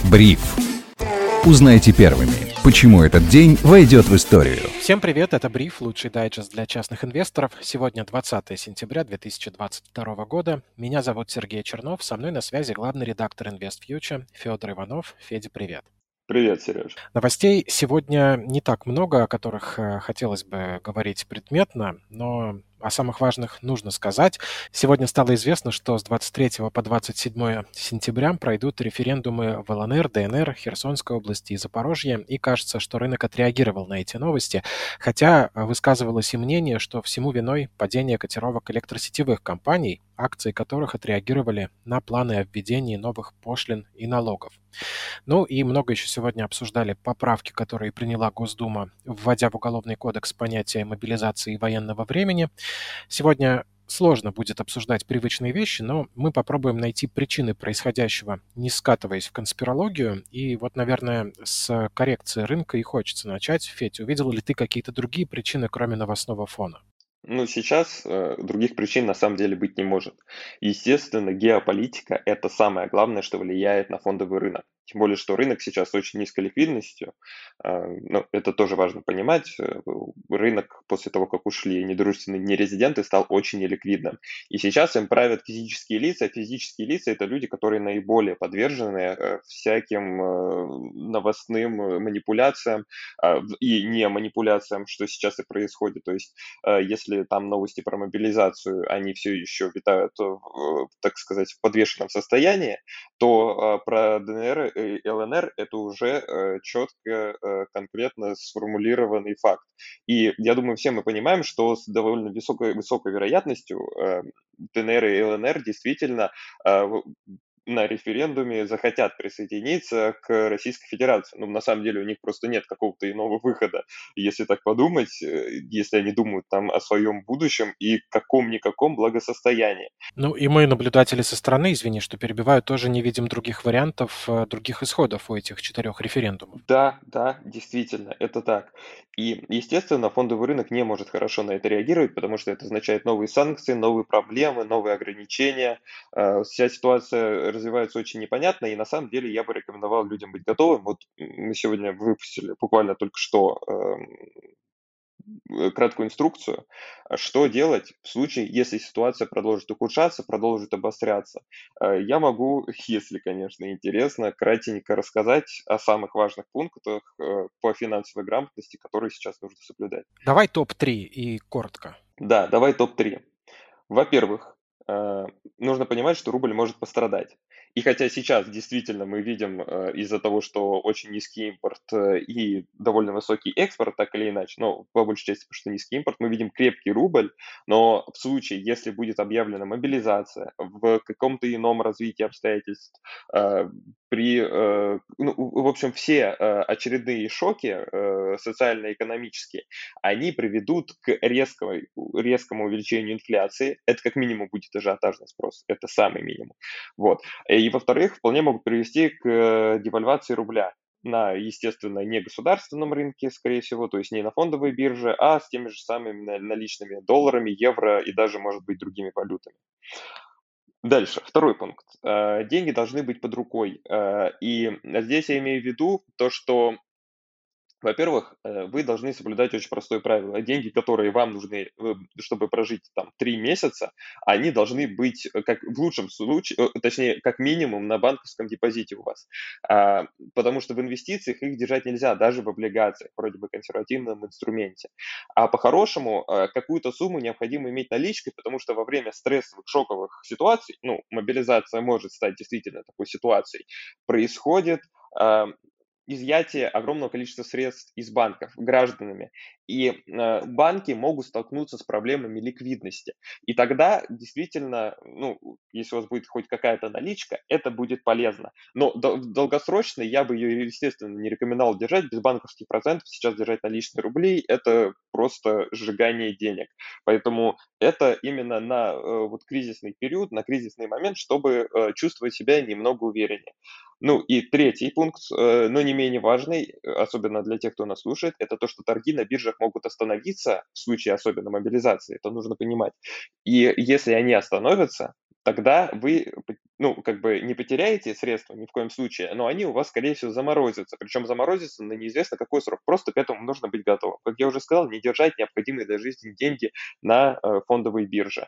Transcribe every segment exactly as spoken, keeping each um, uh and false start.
Бриф. Узнайте первыми, почему этот день войдет в историю. Всем привет, это Бриф, лучший дайджест для частных инвесторов. Сегодня двадцатое сентября две тысячи двадцать второго года. Меня зовут Сергей Чернов, со мной на связи главный редактор InvestFuture Федор Иванов. Федя, привет. Привет, Сереж. Новостей сегодня не так много, о которых э, хотелось бы говорить предметно, но о самых важных нужно сказать. Сегодня стало известно, что с двадцать третьего по двадцать седьмое сентября пройдут референдумы в ЛНР, ДНР, Херсонской области и Запорожье, и кажется, что рынок отреагировал на эти новости, хотя высказывалось и мнение, что всему виной падение котировок электросетевых компаний, акции которых отреагировали на планы о введении новых пошлин и налогов. Ну и много еще сегодня обсуждали поправки, которые приняла Госдума, вводя в Уголовный кодекс понятие мобилизации военного времени. Сегодня сложно будет обсуждать привычные вещи, но мы попробуем найти причины происходящего, не скатываясь в конспирологию. И вот, наверное, с коррекции рынка и хочется начать. Федь, увидел ли ты какие-то другие причины, кроме новостного фона? Ну, сейчас э, других причин на самом деле быть не может. Естественно, геополитика– это самое главное, что влияет на фондовый рынок. Тем более, что рынок сейчас очень низкой ликвидностью. Э, ну, это тоже важно понимать. Э, Рынок после того, как ушли недружественные нерезиденты, стал очень неликвидным. И сейчас им правят физические лица. Физические лица– это люди, которые наиболее подвержены э, всяким э, новостным э, манипуляциям э, и не манипуляциям, что сейчас и происходит. То есть э, если там новости про мобилизацию, они все еще витают, в, так сказать, в подвешенном состоянии, то э, про ДНР и ЛНР это уже э, четко, э, конкретно сформулированный факт. И я думаю, все мы понимаем, что с довольно высокой, высокой вероятностью э, ДНР и ЛНР действительно э, на референдуме захотят присоединиться к Российской Федерации. Ну, на самом деле у них просто нет какого-то иного выхода, если так подумать, э, если они думают там о своем будущем и каком-никаком благосостоянии. Ну и мы, наблюдатели со стороны, извини, что перебиваю, тоже не видим других вариантов, э, других исходов у этих четырех референдумов. Да, да, действительно, это так. И, естественно, фондовый рынок не может хорошо на это реагировать, потому что это означает новые санкции, новые проблемы, новые ограничения. Э, Вся ситуация развивается очень непонятно, и на самом деле я бы рекомендовал людям быть готовым. Вот м, мы сегодня выпустили буквально только что эм, э, краткую инструкцию, а что делать в случае, если ситуация продолжит ухудшаться, продолжит обостряться. Э, Я могу, если, конечно, интересно, кратенько рассказать о самых важных пунктах э, по финансовой грамотности, которые сейчас нужно соблюдать. Давай топ три и коротко. Да, давай топ три. Во-первых, э, нужно понимать, что рубль может пострадать. И хотя сейчас действительно мы видим э, из-за того, что очень низкий импорт э, и довольно высокий экспорт, так или иначе, но по большей части, потому что низкий импорт, мы видим крепкий рубль, но в случае, если будет объявлена мобилизация в каком-то ином развитии обстоятельств, э, при, э, ну, в общем, все э, очередные шоки э, социально-экономические, они приведут к резкому, резкому увеличению инфляции. Это как минимум будет ажиотажный спрос. Это самый минимум. Вот. И, во-вторых, вполне могут привести к э, девальвации рубля на, естественно, не государственном рынке, скорее всего, то есть не на фондовой бирже, а с теми же самыми на- наличными долларами, евро и даже, может быть, другими валютами. Дальше, второй пункт. Э, Деньги должны быть под рукой. Э, И здесь я имею в виду то, что во-первых, э, вы должны соблюдать очень простое правило. Деньги, которые вам нужны, э, чтобы прожить там три месяца, они должны быть, э, как в лучшем случае, э, точнее, как минимум на банковском депозите у вас. А, Потому что в инвестициях их держать нельзя, даже в облигациях, вроде бы консервативном инструменте. А по-хорошему, э, какую-то сумму необходимо иметь наличкой, потому что во время стрессовых, шоковых ситуаций, ну, мобилизация может стать действительно такой ситуацией, происходит а, изъятие огромного количества средств из банков гражданами. И э, банки могут столкнуться с проблемами ликвидности. И тогда действительно, ну, если у вас будет хоть какая-то наличка, это будет полезно. Но дол- долгосрочно я бы ее, естественно, не рекомендовал держать без банковских процентов. Сейчас держать наличные рубли– это просто сжигание денег. Поэтому это именно на э, вот кризисный период, на кризисный момент, чтобы э, чувствовать себя немного увереннее. Ну и третий пункт, э, но не менее важный, э, особенно для тех, кто нас слушает, это то, что торги на биржах могут остановиться в случае особенно мобилизации, это нужно понимать. И если они остановятся, тогда вы ну, как бы не потеряете средства ни в коем случае, но они у вас, скорее всего, заморозятся. Причем заморозятся на неизвестно какой срок. Просто к этому нужно быть готовым. Как я уже сказал, не держать необходимые для жизни деньги на э, фондовой бирже.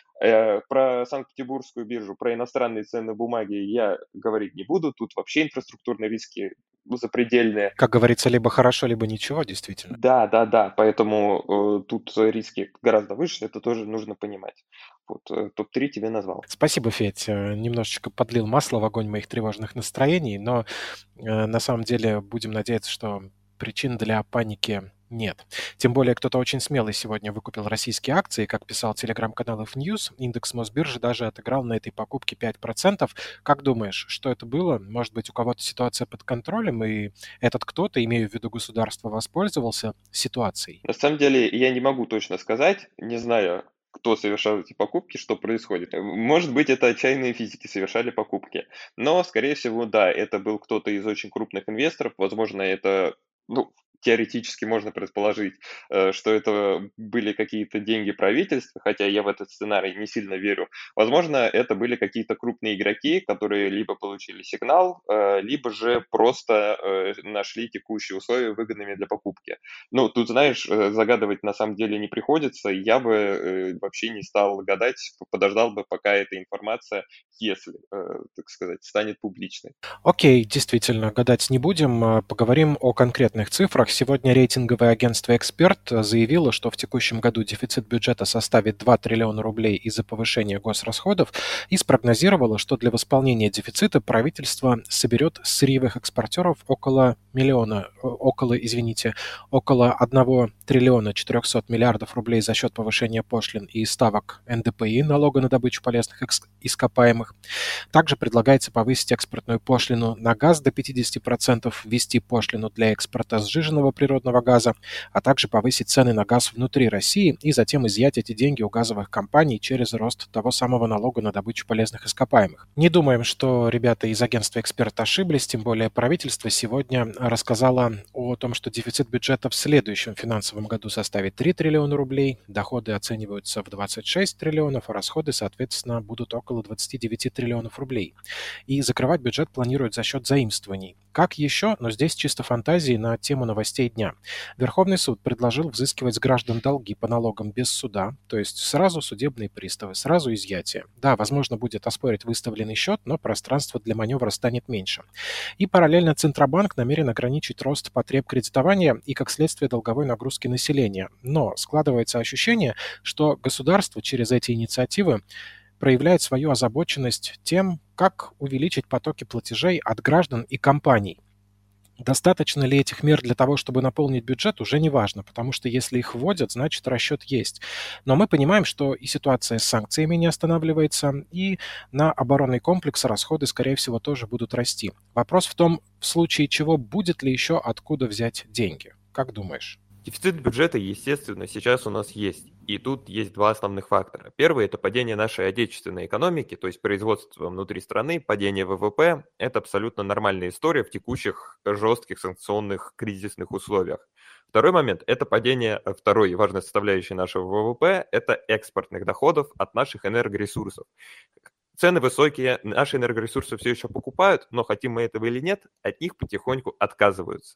Э, Про Санкт-Петербургскую биржу, про иностранные ценные бумаги я говорить не буду. Тут вообще инфраструктурные риски запредельные. Как говорится, либо хорошо, либо ничего, действительно. Да, да, да, поэтому э, тут риски гораздо выше, это тоже нужно понимать. Вот э, топ три тебе назвал. Спасибо, Федь. Э, Немножечко подлил масло в огонь моих тревожных настроений, но э, на самом деле будем надеяться, что причин для паники нет. Тем более кто-то очень смелый сегодня выкупил российские акции. Как писал телеграм-канал F-News, индекс Мосбиржи даже отыграл на этой покупке пять процентов. Как думаешь, что это было? Может быть, у кого-то ситуация под контролем, и этот кто-то, имею в виду государство, воспользовался ситуацией? На самом деле я не могу точно сказать, не знаю, кто совершал эти покупки, что происходит. Э, Может быть, это отчаянные физики совершали покупки, но, скорее всего, да, это был кто-то из очень крупных инвесторов, возможно, это, ну, теоретически можно предположить, э, что это были какие-то деньги правительства, хотя я в этот сценарий не сильно верю. Возможно, это были какие-то крупные игроки, которые либо получили сигнал, э, либо же просто э, нашли текущие условия выгодными для покупки. Ну, тут, знаешь, э, загадывать на самом деле не приходится. Я бы э, вообще не стал гадать, подождал бы, пока эта информация, если, э, так сказать, станет публичной. Окей, действительно, гадать не будем, а поговорим о конкретных цифрах. Сегодня рейтинговое агентство «Эксперт» заявило, что в текущем году дефицит бюджета составит два триллиона рублей из-за повышения госрасходов и спрогнозировало, что для восполнения дефицита правительство соберет с сырьевых экспортеров около миллиона, о- около, извините, около одного триллиона четырехсот миллиардов рублей за счет повышения пошлин и ставок эн дэ пэ и, налога на добычу полезных экс- ископаемых. Также предлагается повысить экспортную пошлину на газ до пятидесяти процентов, ввести пошлину для экспорта сжиженного природного газа, а также повысить цены на газ внутри России и затем изъять эти деньги у газовых компаний через рост того самого налога на добычу полезных ископаемых. Не думаем, что ребята из агентства «Эксперт» ошиблись, тем более правительство сегодня рассказало о том, что дефицит бюджета в следующем финансовом году составит три триллиона рублей, доходы оцениваются в двадцать шесть триллионов, а расходы, соответственно, будут около двадцати девяти триллионов рублей. И закрывать бюджет планируют за счет заимствований. Как еще, но здесь чисто фантазии на тему новостей дня. Верховный суд предложил взыскивать с граждан долги по налогам без суда, то есть сразу судебные приставы, сразу изъятие. Да, возможно, будет оспорить выставленный счет, но пространство для маневра станет меньше. И параллельно Центробанк намерен ограничить рост потреб кредитования и, как следствие, долговой нагрузки населения. Но складывается ощущение, что государство через эти инициативы проявляет свою озабоченность тем, как увеличить потоки платежей от граждан и компаний. Достаточно ли этих мер для того, чтобы наполнить бюджет, уже не важно, потому что если их вводят, значит расчет есть. Но мы понимаем, что и ситуация с санкциями не останавливается, и на оборонный комплекс расходы, скорее всего, тоже будут расти. Вопрос в том, в случае чего будет ли еще откуда взять деньги. Как думаешь? Дефицит бюджета, естественно, сейчас у нас есть. И тут есть два основных фактора. Первый – это падение нашей отечественной экономики, то есть производства внутри страны, падение вэ вэ пэ. Это абсолютно нормальная история в текущих жестких санкционных кризисных условиях. Второй момент – это падение, второй важной составляющей нашего вэ вэ пэ – это экспортных доходов от наших энергоресурсов. Цены высокие, наши энергоресурсы все еще покупают, но хотим мы этого или нет, от них потихоньку отказываются.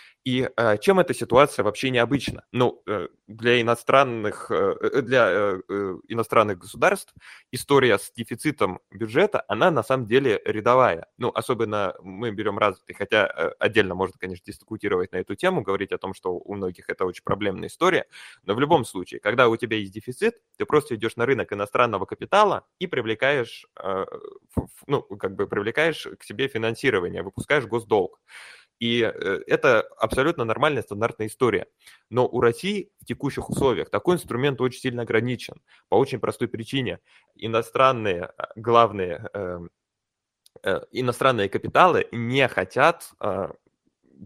И э, чем эта ситуация вообще необычна? Ну, э, для иностранных, э, для э, э, иностранных государств история с дефицитом бюджета, она на самом деле рядовая. Ну, особенно мы берем развитые, хотя э, отдельно можно, конечно, дискутировать на эту тему, говорить о том, что у многих это очень проблемная история, но в любом случае, когда у тебя есть дефицит, ты просто идешь на рынок иностранного капитала и привлекаешь, э, ну, как бы привлекаешь к себе финансирование, выпускаешь госдолг. И это абсолютно нормальная стандартная история. Но у России в текущих условиях такой инструмент очень сильно ограничен. По очень простой причине. Иностранные главные э, э, иностранные капиталы не хотят э,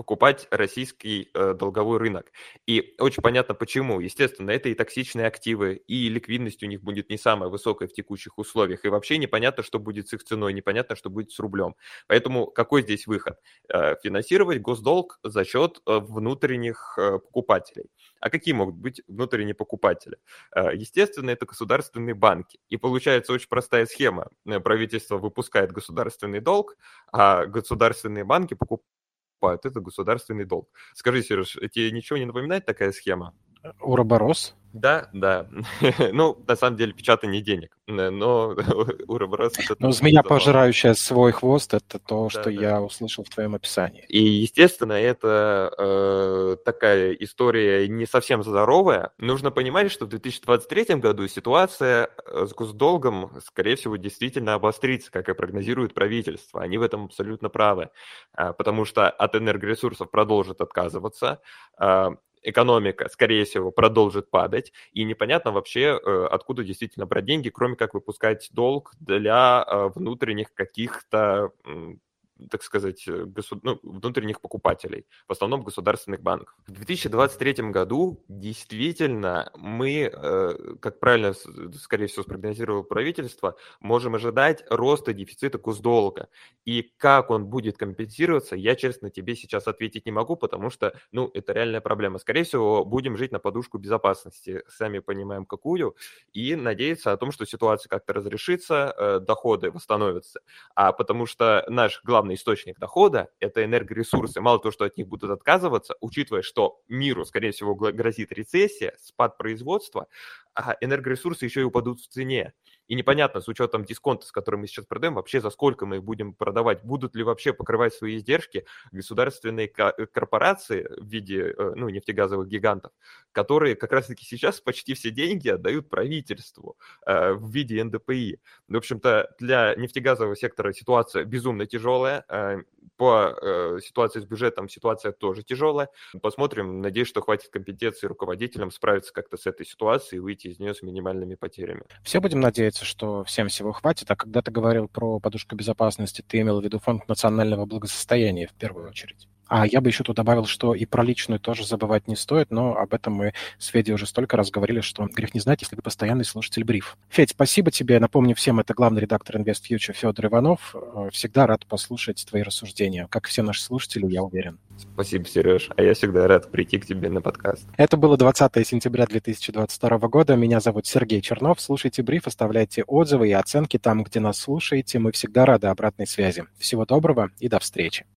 покупать российский э, долговой рынок. И очень понятно почему. Естественно, это и токсичные активы, и ликвидность у них будет не самая высокая в текущих условиях, и вообще непонятно, что будет с их ценой, непонятно, что будет с рублем. Поэтому какой здесь выход? Э, финансировать госдолг за счет э, внутренних э, покупателей. А какие могут быть внутренние покупатели? Э, естественно, это государственные банки. И получается очень простая схема. Э, Правительство выпускает государственный долг, а государственные банки покупают это государственный долг. Скажи, Сереж, тебе ничего не напоминает такая схема? Уроборос? Да, да. Ну, на самом деле, печатание денег. Э, Но Уроборос это Но тоже змея, забавно. пожирающая свой хвост, это то, Да, что да. я услышал в твоем описании. И, естественно, это э, такая история не совсем здоровая. Нужно понимать, что в две тысячи двадцать третьем году ситуация э, с госдолгом, скорее всего, действительно обострится, как и прогнозирует правительство. Они в этом абсолютно правы, А, потому что от энергоресурсов продолжат отказываться, а, экономика, скорее всего, продолжит падать, и непонятно вообще, э, откуда действительно брать деньги, кроме как выпускать долг для э, внутренних каких-то, м, так сказать, э, госу- ну, внутренних покупателей, в основном государственных банков. В две тысячи двадцать третьем году действительно мы, э, как правильно, с- скорее всего, спрогнозировало правительство, можем ожидать роста дефицита госдолга. И как он будет компенсироваться, я, честно, тебе сейчас ответить не могу, потому что, ну, это реальная проблема. Скорее всего, будем жить на подушку безопасности, сами понимаем какую, и надеяться о том, что ситуация как-то разрешится, э, доходы восстановятся. А потому что наш главный источник дохода– это энергоресурсы. Мало того, что от них будут отказываться, учитывая, что миру, скорее всего, гла- грозит рецессия, спад производства, а энергоресурсы еще и упадут в цене. И непонятно, с учетом дисконта, с которым мы сейчас продаем, вообще за сколько мы их будем продавать, будут ли вообще покрывать свои издержки государственные ко- корпорации в виде э, ну, нефтегазовых гигантов, которые как раз-таки сейчас почти все деньги отдают правительству э, в виде эн дэ пэ и. В общем-то, для нефтегазового сектора ситуация безумно тяжелая. э, По э, ситуации с бюджетом ситуация тоже тяжелая. Посмотрим. Надеюсь, что хватит компетенции руководителям справиться как-то с этой ситуацией и выйти из нее с минимальными потерями. Все будем надеяться, что всем всего хватит. А когда ты говорил про подушку безопасности, ты имел в виду фонд национального благосостояния в первую очередь. А я бы еще тут добавил, что и про личную тоже забывать не стоит, но об этом мы с Федей уже столько раз говорили, что грех не знать, если вы постоянный слушатель Бриф. Федь, спасибо тебе. Напомню всем, это главный редактор InvestFuture Федор Иванов. Э, Всегда рад послушать твои рассуждения, как и все наши слушатели, я уверен. Спасибо, Сереж. А я всегда рад прийти к тебе на подкаст. Это было двадцатое сентября две тысячи двадцать второго года. Меня зовут Сергей Чернов. Слушайте Бриф, оставляйте отзывы и оценки там, где нас слушаете. Мы всегда рады обратной связи. Всего доброго и до встречи.